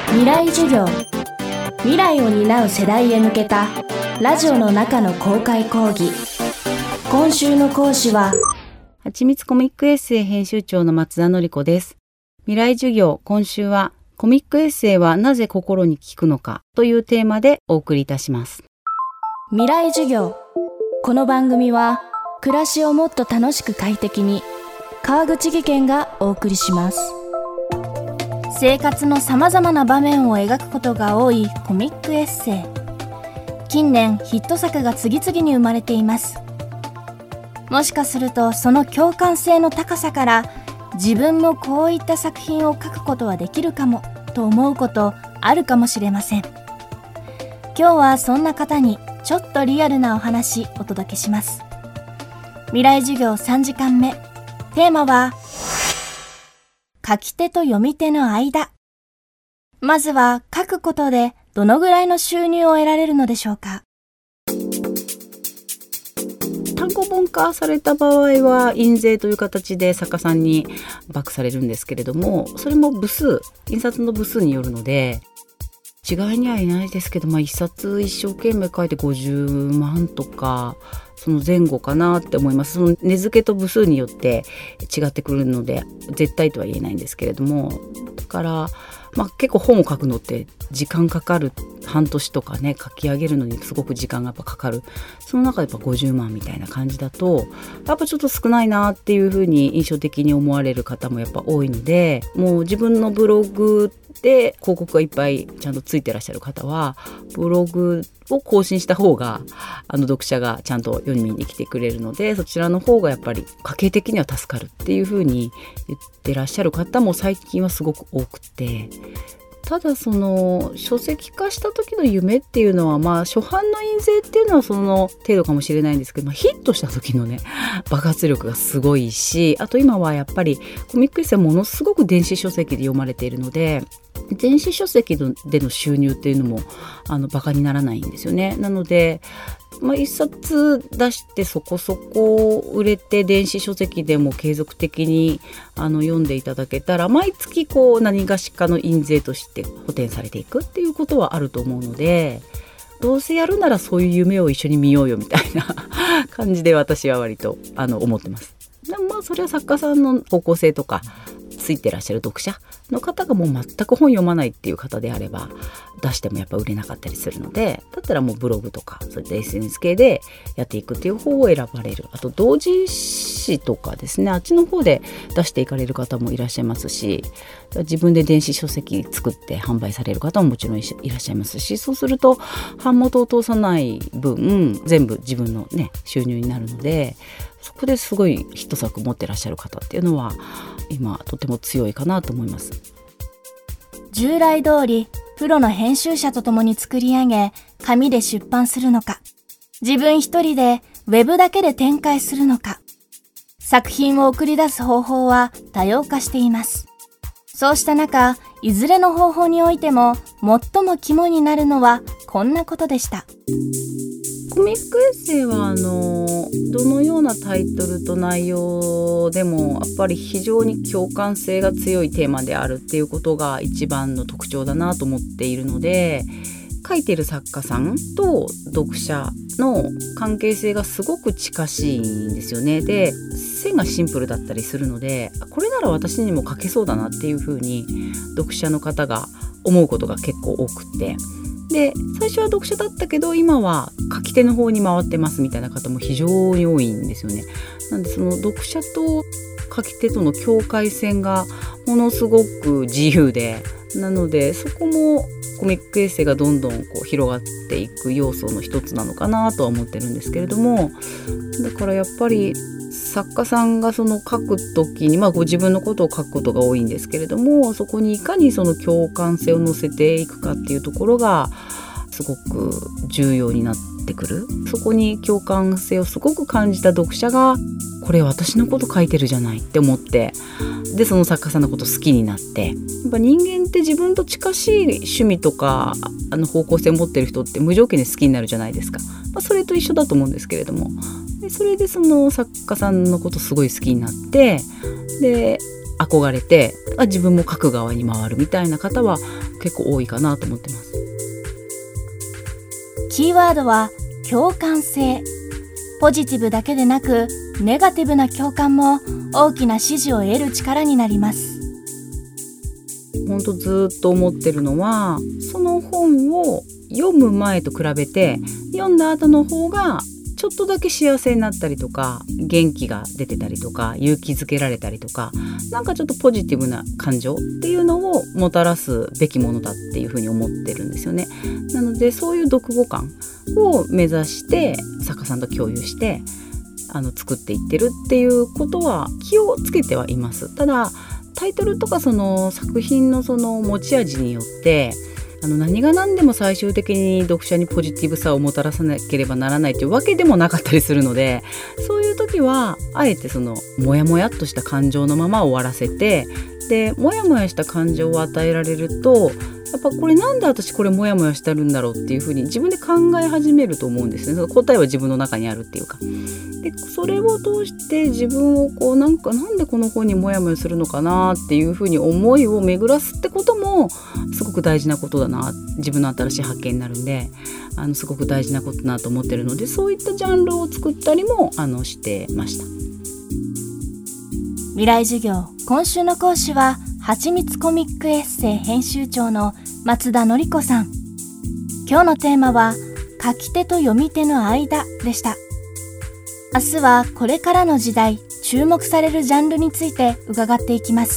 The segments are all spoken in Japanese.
未来授業、未来を担う世代へ向けたラジオの中の公開講義。今週の講師ははちみつコミックエッセイ編集長の松田典子です。未来授業、今週はコミックエッセイはなぜ心に効くのかというテーマでお送りいたします。 未来授業。この番組は暮らしをもっと楽しく快適に、川口義賢がお送りします。生活のさまざまな場面を描くことが多いコミックエッセイ。近年ヒット作が次々に生まれています。もしかするとその共感性の高さから、自分もこういった作品を書くことはできるかもと思うことあるかもしれません。今日はそんな方にちょっとリアルなお話お届けします。未来授業3時間目、テーマは書き手と読み手の間。まずは書くことでどのぐらいの収入を得られるのでしょうか。 単行本化された場合は印税という形で作家さんにバックされるんですけれども、それも部数、印刷の部数によるので違いにはいないですけど、一冊一生懸命書いて50万とかその前後かなって思います。その値付けと部数によって違ってくるので絶対とは言えないんですけれども、だから結構本を書くのって時間かかる。半年とかね、書き上げるのにすごく時間がやっぱかかる。その中でやっぱ50万みたいな感じだとやっぱちょっと少ないなっていうふうに印象的に思われる方もやっぱ多いので、もう自分のブログで広告がいっぱいちゃんとついてらっしゃる方はブログを更新した方が読者がちゃんと読みに来てくれるので、そちらの方がやっぱり家計的には助かるっていうふうに言ってらっしゃる方も最近はすごく多くて、ただその書籍化した時の夢っていうのは初版の印税っていうのはその程度かもしれないんですけど、ヒットした時のね爆発力がすごいし、あと今はやっぱりコミックエッセイはものすごく電子書籍で読まれているので、電子書籍での収入っていうのもバカにならないんですよね。なので一冊出してそこそこ売れて電子書籍でも継続的に読んでいただけたら、毎月何がしかの印税として補填されていくっていうことはあると思うので、どうせやるならそういう夢を一緒に見ようよみたいな感じで私は割と思ってます。でもそれは作家さんの方向性とかついてらっしゃる読者の方がもう全く本読まないっていう方であれば出してもやっぱ売れなかったりするので、だったらもうブログとかそういった SNS 系でやっていくっていう方を選ばれる。あと同人誌とかですね、あっちの方で出していかれる方もいらっしゃいますし、自分で電子書籍作って販売される方ももちろんいらっしゃいますし、そうすると版元を通さない分全部自分のね収入になるので、そこですごいヒット作持ってらっしゃる方っていうのは今とても強いかなと思います。 従来通りプロの編集者と共に作り上げ紙で出版するのか、自分一人でウェブだけで展開するのか、作品を送り出す方法は多様化しています。そうした中、いずれの方法においても最も肝になるのはこんなことでした。 コミックエッセイはどのようなタイトルと内容でもやっぱり非常に共感性が強いテーマであるっていうことが一番の特徴だなと思っているので、書いている作家さんと読者の関係性がすごく近しいんですよね。で、線がシンプルだったりするので、これなら私にも書けそうだなっていうふうに読者の方が思うことが結構多くて、で最初は読者だったけど今は書き手の方に回ってますみたいな方も非常に多いんですよね。なんでその読者と書き手との境界線がものすごく自由で、なのでそこもコミックエッセイがどんどん広がっていく要素の一つなのかなとは思ってるんですけれども、だからやっぱり作家さんがその書くときにご自分のことを書くことが多いんですけれども、そこにいかにその共感性を乗せていくかっていうところがすごく重要になってくる。そこに共感性をすごく感じた読者が、これ私のこと書いてるじゃないって思って、でその作家さんのこと好きになって、やっぱ人間って自分と近しい趣味とか方向性を持ってる人って無条件で好きになるじゃないですか。それと一緒だと思うんですけれども、でそれでその作家さんのことすごい好きになって、で憧れて自分も書く側に回るみたいな方は結構多いかなと思ってます。 キーワードは共感性。ポジティブだけでなくネガティブな共感も大きな支持を得る力になります。 本当ずっと思ってるのは、その本を読む前と比べて読んだ後の方がちょっとだけ幸せになったりとか、元気が出てたりとか、勇気づけられたりとか、なんかちょっとポジティブな感情っていうのをもたらすべきものだっていうふうに思ってるんですよね。なのでそういう読後感を目指して作家さんと共有して作っていってるっていうことは気をつけてはいます。ただタイトルとかその作品のその持ち味によって何が何でも最終的に読者にポジティブさをもたらさなければならないというわけでもなかったりするので、そういう時はあえてそのモヤモヤっとした感情のまま終わらせて、でモヤモヤした感情を与えられると、やっぱこれなんで私これモヤモヤしてるんだろうっていうふうに自分で考え始めると思うんですね。その答えは自分の中にあるっていうか、でそれを通して自分をこうなんでこの本にモヤモヤするのかなっていうふうに思いを巡らすってこともすごく大事なことだな、自分の新しい発見になるんで、すごく大事なことだなと思ってるので、そういったジャンルを作ったりもしてました。 未来授業、今週の講師ははちみつコミックエッセイ編集長の松田典子さん。今日のテーマは書き手と読み手の間でした。明日はこれからの時代注目されるジャンルについて伺っていきます。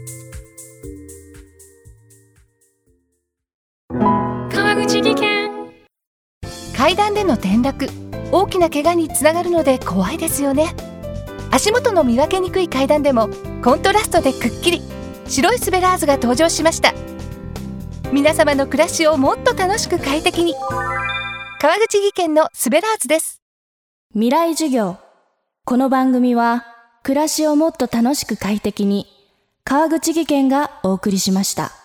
川口技研。階段での転落、大きな怪我につながるので怖いですよね。足元の見分けにくい階段でもコントラストでくっきり白いスベラーズが登場しました。皆様の暮らしをもっと楽しく快適に、川口技研のスベラーズです。 未来授業。この番組は暮らしをもっと楽しく快適に、川口技研がお送りしました。